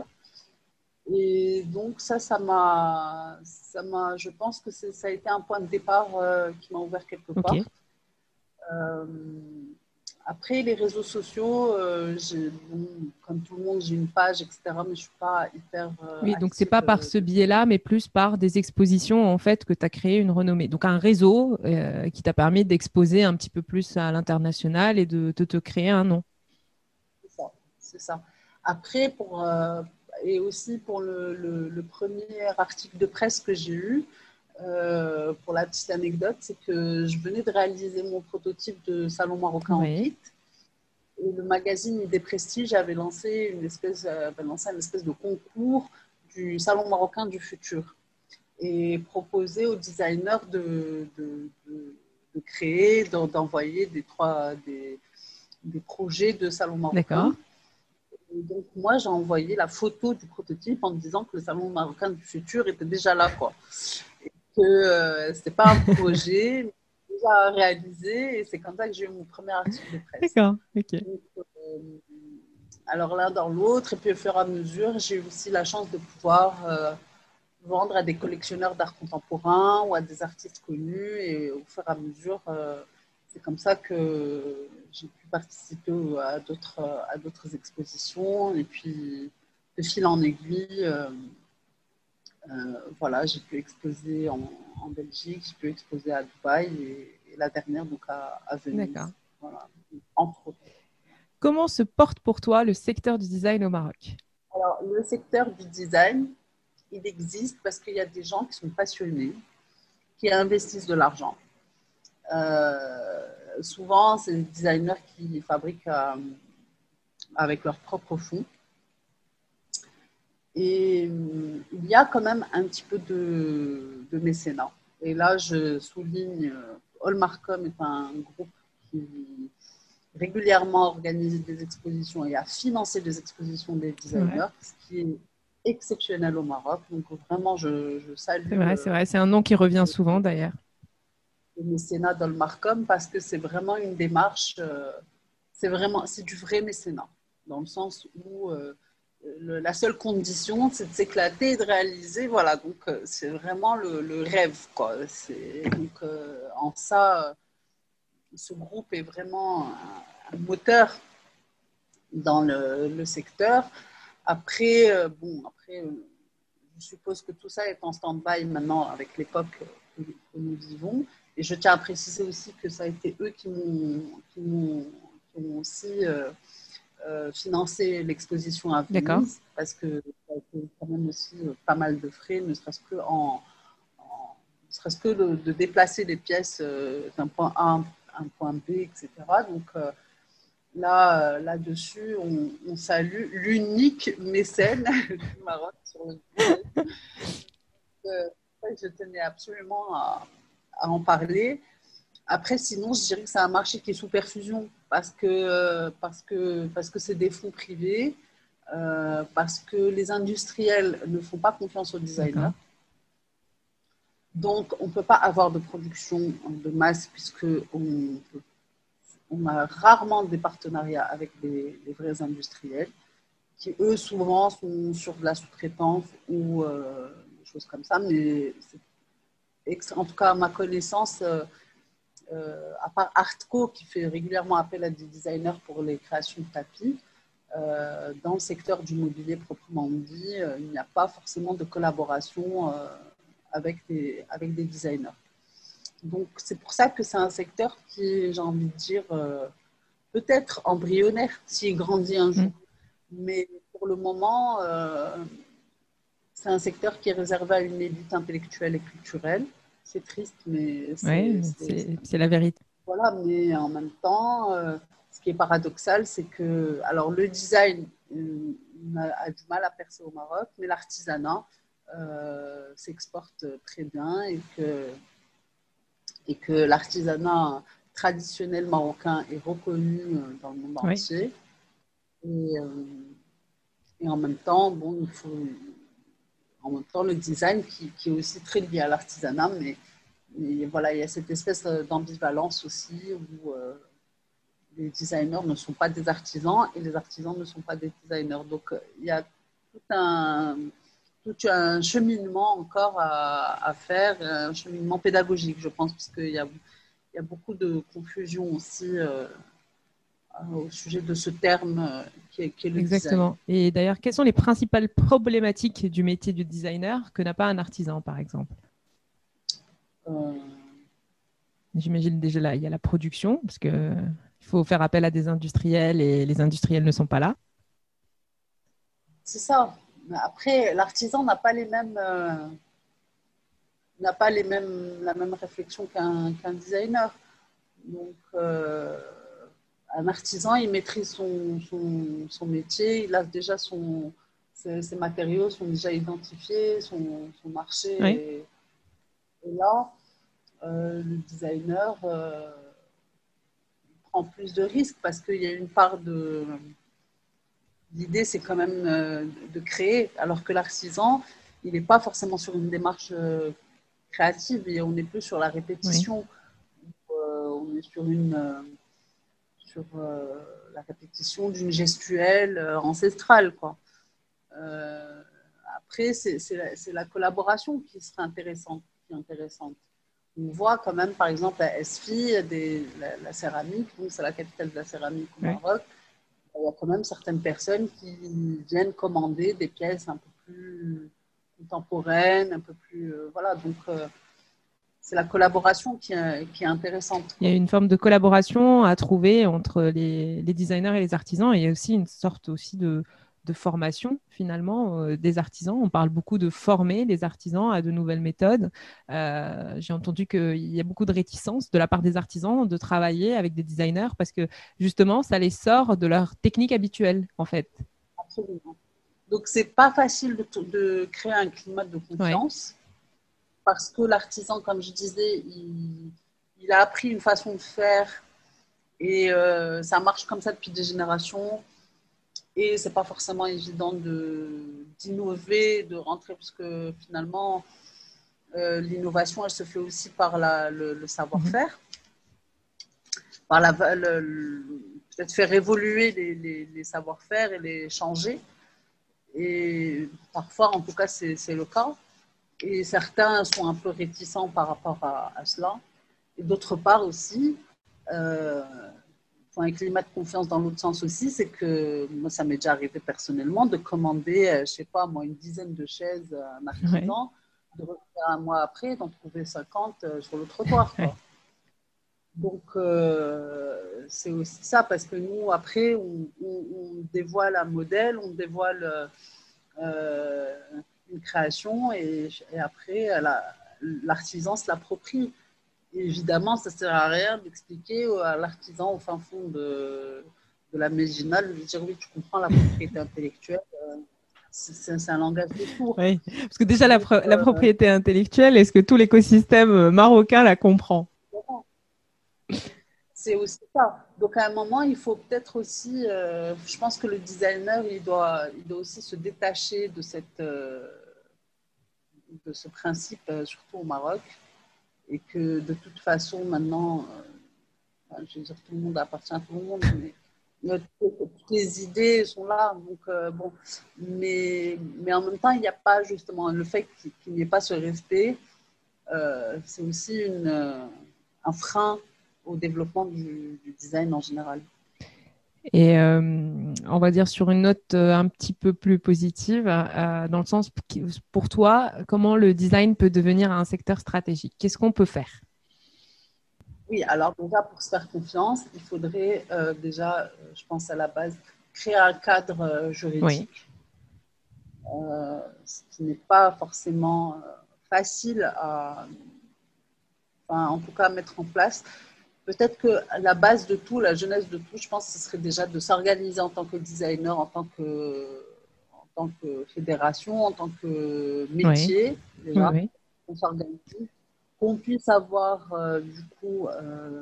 B: Et donc ça, ça m'a, ça m'a, je pense que c'est, ça a été un point de départ euh, qui m'a ouvert quelques
A: Ok.
B: portes. Euh, Après, les réseaux sociaux, euh, j'ai, bon, comme tout le monde, j'ai une page, et cetera, mais je ne suis pas hyper euh,
A: Oui, donc c'est
B: active
A: pas par
B: euh,
A: ce
B: dessus.
A: biais-là, mais plus par des expositions en fait que tu as créé une renommée. Donc un réseau euh, qui t'a permis d'exposer un petit peu plus à l'international et de, de te créer un nom.
B: C'est ça. C'est ça. Après, pour, euh, et aussi pour le, le, le premier article de presse que j'ai eu, euh, pour la petite anecdote, c'est que je venais de réaliser mon prototype de salon marocain en
A: Oui,
B: kit. Et le magazine Idées Prestige avait lancé une espèce, euh, avait lancé une espèce de concours du salon marocain du futur et proposé aux designers de, de, de, de créer, d'envoyer des, trois, des, des projets de salon
A: d'accord.
B: marocain. Et donc, moi, j'ai envoyé la photo du prototype en me disant que le salon marocain du futur était déjà là, quoi. Et que euh, ce n'était pas un projet, mais déjà réalisé. Et c'est comme ça que j'ai eu mon premier article de presse.
A: D'accord, ok.
B: Donc, euh, alors l'un dans l'autre, et puis au fur et à mesure, j'ai eu aussi la chance de pouvoir euh, vendre à des collectionneurs d'art contemporain ou à des artistes connus. Et au fur et à mesure, euh, c'est comme ça que j'ai pu participer à d'autres, à d'autres expositions. Et puis, de fil en aiguille, euh, euh, voilà, j'ai pu exposer en, en Belgique, j'ai pu exposer à Dubaï et, et la dernière donc à, à
A: D'accord.
B: Venise. Voilà, entre autres.
A: Comment se porte pour toi le secteur du design au Maroc?
B: Alors, le secteur du design, il existe parce qu'il y a des gens qui sont passionnés, qui investissent de l'argent. Euh, Souvent, c'est des designers qui fabriquent euh, avec leurs propres fonds. Et euh, il y a quand même un petit peu de, de mécénat. Et là, je souligne, euh, Allmarcom est un groupe qui régulièrement organise des expositions et a financé des expositions des
A: C'est vrai,
B: designers, ce qui est exceptionnel au Maroc. Donc vraiment, je, je
A: c'est
B: salue
A: vrai, c'est
B: euh,
A: vrai. C'est un nom qui revient souvent d'ailleurs.
B: le mécénat d'Olmarcom parce que c'est vraiment une démarche, euh, c'est vraiment, c'est du vrai mécénat, dans le sens où euh, le, la seule condition, c'est de s'éclater et de réaliser, voilà, donc euh, c'est vraiment le, le rêve, quoi. C'est, donc euh, en ça, euh, ce groupe est vraiment un, un moteur dans le, le secteur. Après, euh, bon, après, euh, je suppose que tout ça est en stand-by maintenant avec l'époque que, que nous vivons. Et je tiens à préciser aussi que ça a été eux qui m'ont, qui m'ont, qui m'ont aussi euh, euh, financé l'exposition à
A: D'accord.
B: Venise, parce que ça a été quand même aussi euh, pas mal de frais, ne serait-ce que, en, en, ne serait-ce que de, de déplacer les pièces euh, d'un point A à un point B, et cetera. Donc, euh, Là, euh, là-dessus, on, on salue l'unique mécène du Maroc sur le design. Euh, je tenais absolument à, à, en parler. Après, sinon, je dirais que c'est un marché qui est sous perfusion parce que parce que parce que c'est des fonds privés, euh, parce que les industriels ne font pas confiance aux designers.
A: D'accord.
B: Donc, on ne peut pas avoir de production de masse puisque on, on a rarement des partenariats avec des, des vrais industriels, qui eux souvent sont sur de la sous-traitance ou euh, des choses comme ça, mais c'est, en tout cas à ma connaissance, euh, euh, à part Artco qui fait régulièrement appel à des designers pour les créations de tapis, euh, dans le secteur du mobilier proprement dit, euh, il n'y a pas forcément de collaboration euh, avec, des, avec des designers. Donc c'est pour ça que c'est un secteur qui, j'ai envie de dire, euh, peut-être embryonnaire s'il grandit un
A: Mm.
B: jour. Mais pour le moment, euh, c'est un secteur qui est réservé à une élite intellectuelle et culturelle. C'est triste, mais c'est,
A: Oui,
B: c'est,
A: c'est, c'est la vérité.
B: voilà. Mais en même temps, euh, ce qui est paradoxal, c'est que, alors le design euh, a, a du mal à percer au Maroc, mais l'artisanat euh, s'exporte très bien et que, et que l'artisanat traditionnel marocain est reconnu dans le monde
A: Oui.
B: entier. Et, euh, et en même temps, bon, il faut, en même temps, le design qui, qui est aussi très lié à l'artisanat, mais, mais voilà, il y a cette espèce d'ambivalence aussi où euh, les designers ne sont pas des artisans et les artisans ne sont pas des designers. Donc, euh, il y a tout un, tout un cheminement encore à, à faire, un cheminement pédagogique, je pense, parce qu'il y a, il y a beaucoup de confusion aussi euh, au sujet de ce terme euh, qui, est, qui est le design.
A: Exactement. Et d'ailleurs, quelles sont les principales problématiques du métier du designer que n'a pas un artisan, par exemple?
B: Euh,
A: J'imagine déjà là, il y a la production, parce qu'il faut faire appel à des industriels et les industriels ne sont pas là.
B: c'est ça. Mais après, l'artisan n'a pas les mêmes, euh, n'a pas les mêmes, la même réflexion qu'un qu'un designer. Donc, euh, un artisan, il maîtrise son, son, son métier, il a déjà son, ses, ses matériaux sont déjà identifiés, son, son marché
A: Oui.
B: est, est là. Euh, le designer euh, prend plus de risques parce qu'il y a une part de... L'idée, c'est quand même euh, de créer, alors que l'artisan, il n'est pas forcément sur une démarche euh, créative, et on est plus sur la
A: Oui.
B: répétition. Euh, on est sur une... Euh, sur euh, la répétition d'une gestuelle euh, ancestrale, quoi. Euh, après, c'est, c'est, la, c'est la collaboration qui serait intéressante, qui est intéressante. On voit quand même, par exemple, à Esfi, des, la, la céramique, donc c'est la capitale de la céramique au
A: Oui.
B: Maroc. Il y a quand même certaines personnes qui viennent commander des pièces un peu plus contemporaines, un peu plus... Euh, voilà, donc euh, c'est la collaboration qui est, qui est intéressante,
A: Il y
B: quoi.
A: a une forme de collaboration à trouver entre les, les designers et les artisans. Et il y a aussi une sorte aussi de, de formation, finalement, euh, des artisans. On parle beaucoup de former les artisans à de nouvelles méthodes. Euh, j'ai entendu qu'il y a beaucoup de réticence de la part des artisans de travailler avec des designers parce que, justement, ça les sort de leur technique habituelle, en fait.
B: Absolument. Donc, c'est pas facile de, de créer un climat de
A: Ouais.
B: confiance parce que l'artisan, comme je disais, il, il a appris une façon de faire et euh, ça marche comme ça depuis des générations. Et c'est pas forcément évident de, d'innover, de rentrer, parce que finalement, euh, l'innovation, elle se fait aussi par la, le, le
A: Mhm.
B: savoir-faire, par la, le, le, peut-être faire évoluer les, les, les savoir-faire et les changer. Et parfois, en tout cas, c'est, c'est le cas. Et certains sont un peu réticents par rapport à, à cela. Et d'autre part aussi, euh, un climat de confiance dans l'autre sens aussi, c'est que moi, ça m'est déjà arrivé personnellement de commander, euh, je sais pas, moi, une dizaine de chaises à un
A: Ouais.
B: artisan, de revenir un mois après, d'en trouver cinquante euh, sur le trottoir, quoi.
A: Ouais.
B: Donc, euh, c'est aussi ça, parce que nous, après, on, on, on dévoile un modèle, on dévoile euh, une création, et, et après, la, l'artisan se l'approprie. Et évidemment, ça ne sert à rien d'expliquer à l'artisan au fin fond de, de la Méginale, de lui dire oui, tu comprends la propriété intellectuelle, euh, c'est, c'est un langage de sourd.
A: Ouais. Parce que déjà, la,
B: Donc,
A: pro- la
B: euh,
A: propriété intellectuelle, est-ce que tout l'écosystème euh, marocain la comprend?
B: c'est aussi ça. Donc, à un moment, il faut peut-être aussi, euh, je pense que le designer, il doit, il doit aussi se détacher de, cette, euh, de ce principe, euh, surtout au Maroc, et que de toute façon, maintenant, euh, je veux dire, tout le monde appartient à tout le monde, mais toutes les idées sont là. Donc, euh, bon. mais, mais en même temps, il n'y a pas justement le fait qu'il, qu'il n'y ait pas ce respect, euh, c'est aussi une, euh, un frein au développement du, du design en général.
A: Et euh, on va dire sur une note euh, un petit peu plus positive, euh, dans le sens, pour toi, comment le design peut devenir un secteur stratégique? Qu'est-ce qu'on peut faire?
B: Oui, alors déjà, pour se faire confiance, il faudrait euh, déjà, euh, je pense à la base, créer un cadre euh,
A: Oui.
B: juridique. euh, ce qui n'est pas forcément euh, facile à, enfin, en tout cas, à mettre en place. Peut-être que la base de tout, la jeunesse de tout, je pense que ce serait déjà de s'organiser en tant que designer, en tant que, en tant que fédération, en tant que
A: Oui,
B: métier,
A: oui,
B: déjà,
A: oui.
B: qu'on s'organise, qu'on puisse avoir euh, du coup euh,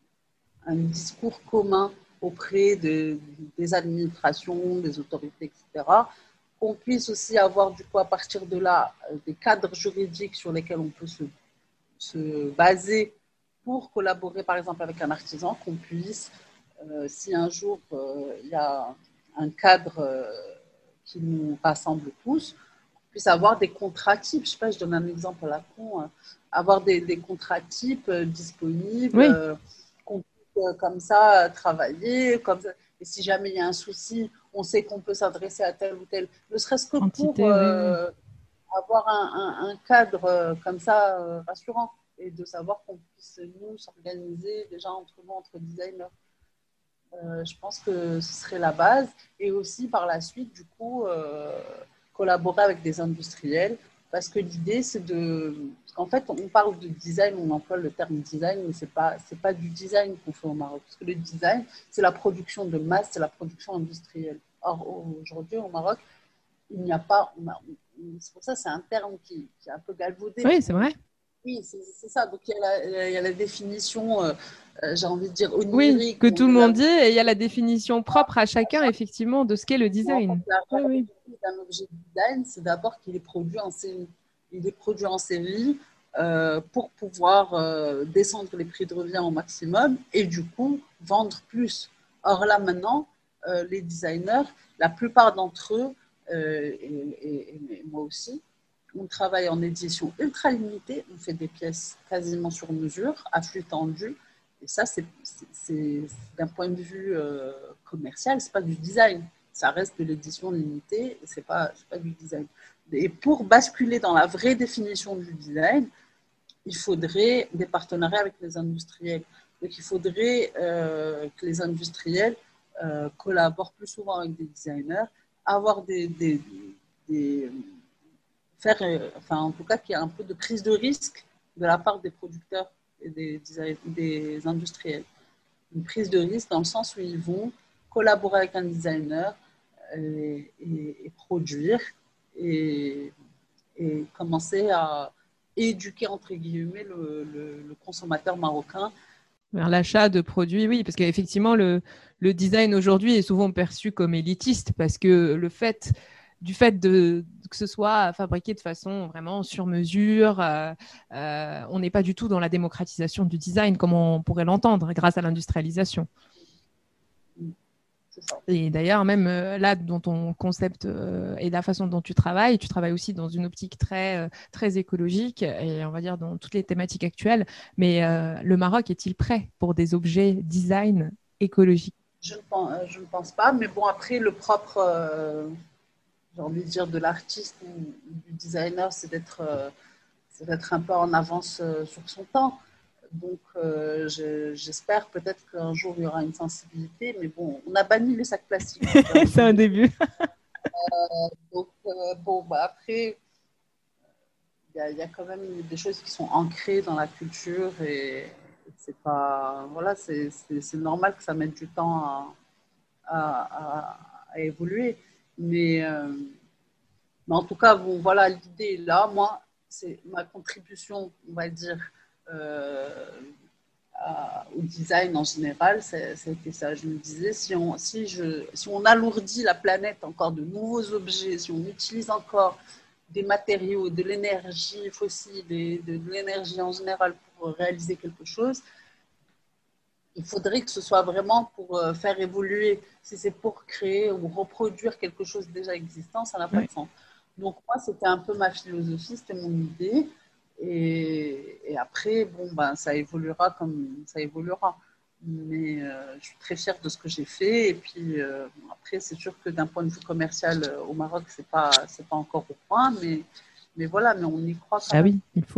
B: un discours commun auprès de, des administrations, des autorités, et cetera. Qu'on puisse aussi avoir du coup à partir de là des cadres juridiques sur lesquels on peut se, se baser pour collaborer par exemple avec un artisan, qu'on puisse, euh, si un jour euh, il y a un cadre euh, qui nous rassemble tous, qu'on puisse avoir des contrats types. Je sais pas, je donne un exemple à la con, euh, avoir des, des contrats types euh, disponibles,
A: Oui,
B: euh, qu'on puisse euh, comme ça travailler, comme ça. Et si jamais il y a un souci, on sait qu'on peut s'adresser à tel ou tel, ne serait-ce que pour
A: entité, oui, oui.
B: euh, avoir un, un, un cadre euh, comme ça euh, rassurant et de savoir qu'on puisse nous s'organiser déjà entre nous, entre designers. Euh, je pense que ce serait la base et aussi par la suite du coup euh, collaborer avec des industriels parce que l'idée c'est de parce qu'en fait on parle de design, on emploie le terme design mais c'est pas c'est pas du design qu'on fait au Maroc parce que le design c'est la production de masse, c'est la production industrielle. Or aujourd'hui au Maroc il n'y a pas. C'est pour ça que c'est un terme qui, qui est un peu galvaudé.
A: Oui,
B: Parce
A: c'est
B: qu'on,
A: vrai.
B: oui, c'est, c'est ça. Donc, il y a la, il y a la définition, euh, euh, j'ai envie de dire,
A: Oui,
B: onirique,
A: que
B: où on
A: tout le
B: nous a
A: monde
B: vendu
A: dit, et il y a la définition propre à chacun, effectivement, de ce qu'est le
B: en fait,
A: design.
B: la
A: Oui, oui.
B: réalité d'un objet design, c'est d'abord qu'il est produit en série. Il est produit en série euh, pour pouvoir euh, descendre les prix de revient au maximum et du coup vendre plus. Or là maintenant, euh, les designers, la plupart d'entre eux, euh, et, et, et moi aussi, on travaille en édition ultra limitée, on fait des pièces quasiment sur mesure, à flux tendu. Et ça, c'est, c'est, c'est d'un point de vue euh, commercial, c'est pas du design. Ça reste de l'édition limitée, et c'est pas, c'est pas du design. Et pour basculer dans la vraie définition du design, il faudrait des partenariats avec les industriels. Donc, il faudrait euh, que les industriels euh, collaborent plus souvent avec des designers, avoir des, des, des faire, euh, enfin, en tout cas, qu'il y ait un peu de prise de risque de la part des producteurs et des, des industriels. Une prise de risque dans le sens où ils vont collaborer avec un designer et, et, et produire et, et, commencer à éduquer, entre guillemets, le, le, le consommateur marocain.
A: Vers l'achat de produits, oui, parce qu'effectivement, le, le design aujourd'hui est souvent perçu comme élitiste, parce que le fait du fait de, que ce soit fabriqué de façon vraiment sur mesure, euh, euh, on n'est pas du tout dans la démocratisation du design comme on pourrait l'entendre grâce à l'industrialisation.
B: C'est ça.
A: Et d'ailleurs, même euh, là, dans ton concept euh, et la façon dont tu travailles, tu travailles aussi dans une optique très, euh, très écologique et on va dire dans toutes les thématiques actuelles. Mais euh, le Maroc est-il prêt pour des objets design écologiques?
B: Je ne, pense, je ne pense pas, mais bon, après, le propre, euh, j'ai envie de dire, de l'artiste ou du designer, c'est d'être, euh, c'est d'être un peu en avance euh, sur son temps. Donc, euh, je, j'espère peut-être qu'un jour, il y aura une sensibilité. Mais bon, on a banni les sacs plastiques depuis un
A: C'est
B: moment.
A: un début.
B: Donc, euh, bon, bah, après, il y, a, y a quand même des choses qui sont ancrées dans la culture et c'est pas, voilà, c'est, c'est, c'est normal que ça mette du temps à, à, à, à évoluer. Mais, euh, mais en tout cas, bon, voilà, l'idée est là. Moi, c'est ma contribution, on va dire, euh, à- au design en général, c'était ça. Je me disais, si on, si, je, si on alourdit la planète encore de nouveaux objets, si on utilise encore des matériaux, de l'énergie fossile et de, de l'énergie en général pour réaliser quelque chose, il faudrait que ce soit vraiment pour euh, faire évoluer. Si c'est pour créer ou reproduire quelque chose déjà existant, ça n'a pas
A: Ouais.
B: de sens. Donc moi, c'était un peu ma philosophie, c'était mon idée. Et, et après, bon, ben, ça évoluera comme ça évoluera. Mais euh, je suis très fière de ce que j'ai fait. Et puis euh, après, c'est sûr que d'un point de vue commercial, euh, au Maroc, c'est pas, c'est pas encore au point. Mais, mais voilà, mais on y croit quand
A: Ah
B: même.
A: oui, il faut.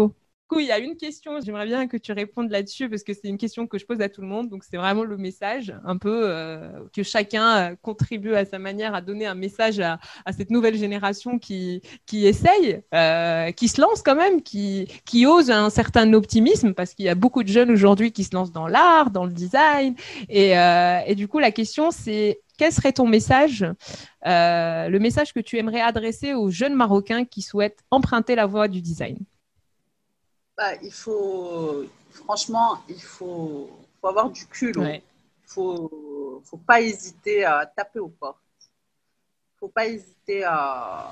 A: coup, il y a une question, j'aimerais bien que tu répondes là-dessus parce que c'est une question que je pose à tout le monde. Donc, c'est vraiment le message, un peu euh, que chacun euh, contribue à sa manière à donner un message à, à cette nouvelle génération qui, qui essaye, euh, qui se lance quand même, qui, qui ose un certain optimisme parce qu'il y a beaucoup de jeunes aujourd'hui qui se lancent dans l'art, dans le design. Et, euh, et du coup, la question, c'est quel serait ton message, euh, le message que tu aimerais adresser aux jeunes Marocains qui souhaitent emprunter la voie du design?
B: Bah, il faut, franchement, il faut, faut avoir du culot.
A: Ouais.
B: Il faut, faut pas hésiter à taper aux portes. Il faut pas hésiter à,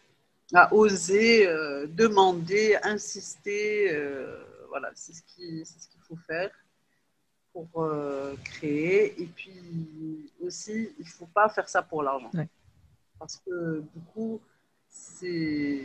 B: à oser euh, demander, insister. Euh, voilà, c'est ce qui, c'est ce qu'il faut faire pour euh, créer. Et puis aussi, il faut pas faire ça pour l'argent.
A: Ouais.
B: Parce que du coup, c'est,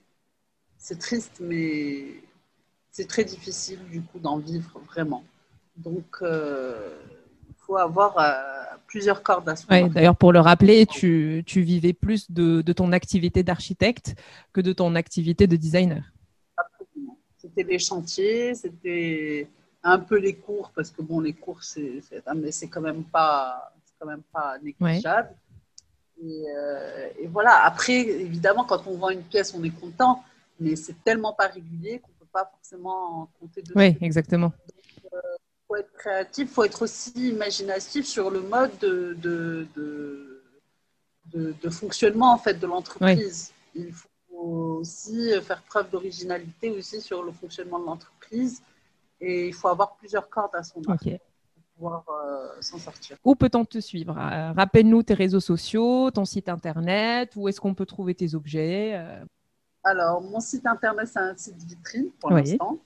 B: c'est triste, mais c'est très difficile du coup d'en vivre vraiment. Donc, euh, il faut avoir euh, plusieurs cordes à son
A: Ouais,
B: arc.
A: d'ailleurs, pour le rappeler, tu, tu vivais plus de, de ton activité d'architecte que de ton activité de designer.
B: Absolument. C'était les chantiers, c'était un peu les cours, parce que bon, les cours, c'est, c'est, mais c'est quand même pas, c'est quand même pas négligeable. Ouais. Et, euh, et voilà. Après, évidemment, quand on vend une pièce, on est content, mais c'est tellement pas régulier qu'on pas forcément compter dessus.
A: Oui, exactement.
B: Il euh, faut être créatif, il faut être aussi imaginatif sur le mode de, de, de, de, de fonctionnement en fait, de l'entreprise. Oui. Il faut aussi faire preuve d'originalité aussi sur le fonctionnement de l'entreprise et il faut avoir plusieurs cordes à son arc. Okay. Pouvoir euh, s'en sortir.
A: Où peut-on te suivre? euh, Rappelle-nous tes réseaux sociaux, ton site internet, où est-ce qu'on peut trouver tes objets euh...
B: Alors, mon site internet, c'est un site vitrine pour oui. l'instant.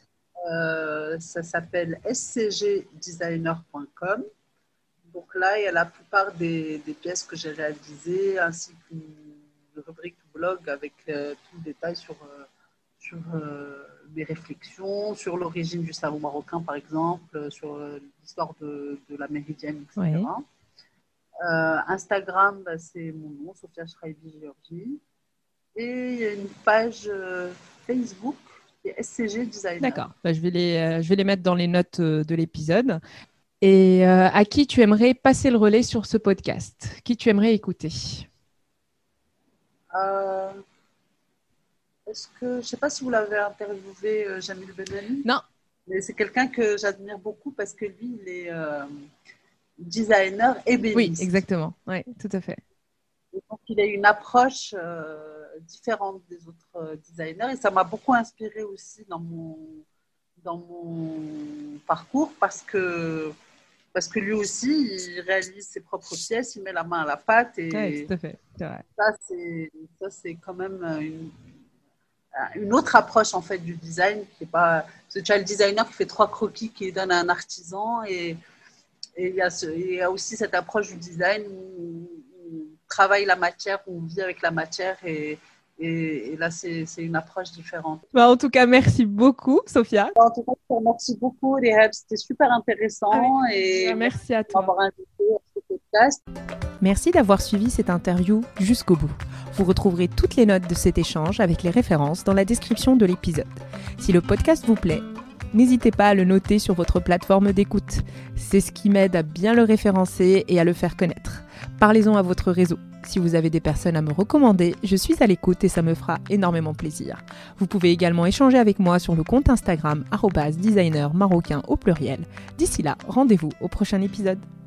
B: Euh, ça s'appelle s c g designer point com. Donc là, il y a la plupart des, des pièces que j'ai réalisées, ainsi qu'une rubrique blog avec euh, tout le détail sur, euh, sur euh, mes réflexions, sur l'origine du savon marocain, par exemple, sur euh, l'histoire de, de la méridienne, et cetera. Oui. Euh, Instagram, bah, c'est mon nom, Sophia Schreibi-Georgie. Et il y a une page euh, Facebook qui est S C G Designer.
A: D'accord, bah, je, vais les, euh, je vais les mettre dans les notes euh, de l'épisode. Et euh, à qui tu aimerais passer le relais sur ce podcast? Qui tu aimerais écouter?
B: euh, Est-ce que, je ne sais pas si vous l'avez interviewé, euh, Jamil Benali.
A: Non.
B: Mais c'est quelqu'un que j'admire beaucoup parce que lui, il est euh, designer ébéniste.
A: Oui, exactement. Oui, tout à fait.
B: Et donc, il a une approche euh, différente des autres euh, designers et ça m'a beaucoup inspirée aussi dans mon, dans mon parcours parce que, parce que lui aussi, il réalise ses propres pièces, il met la main à la pâte et
A: oui, tout à fait. C'est vrai.
B: Ça, c'est, ça, c'est quand même une, une autre approche en fait, du design. Qui est pas, c'est déjà le designer qui fait trois croquis qui donne à un artisan et, et il, y a ce, il y a aussi cette approche du design où travaille la matière, on vit avec la matière et, et, et là, c'est, c'est une approche différente.
A: Bah, en tout cas, merci beaucoup, Sophia.
B: En tout cas, je te remercie beaucoup, Rehab. C'était super intéressant. Ah, et
A: merci à toi.
B: D'avoir invité à ce podcast.
A: Merci d'avoir suivi cette interview jusqu'au bout. Vous retrouverez toutes les notes de cet échange avec les références dans la description de l'épisode. Si le podcast vous plaît, n'hésitez pas à le noter sur votre plateforme d'écoute. C'est ce qui m'aide à bien le référencer et à le faire connaître. Parlez-en à votre réseau. Si vous avez des personnes à me recommander, je suis à l'écoute et ça me fera énormément plaisir. Vous pouvez également échanger avec moi sur le compte Instagram arobase designer marocain au pluriel. D'ici là, rendez-vous au prochain épisode.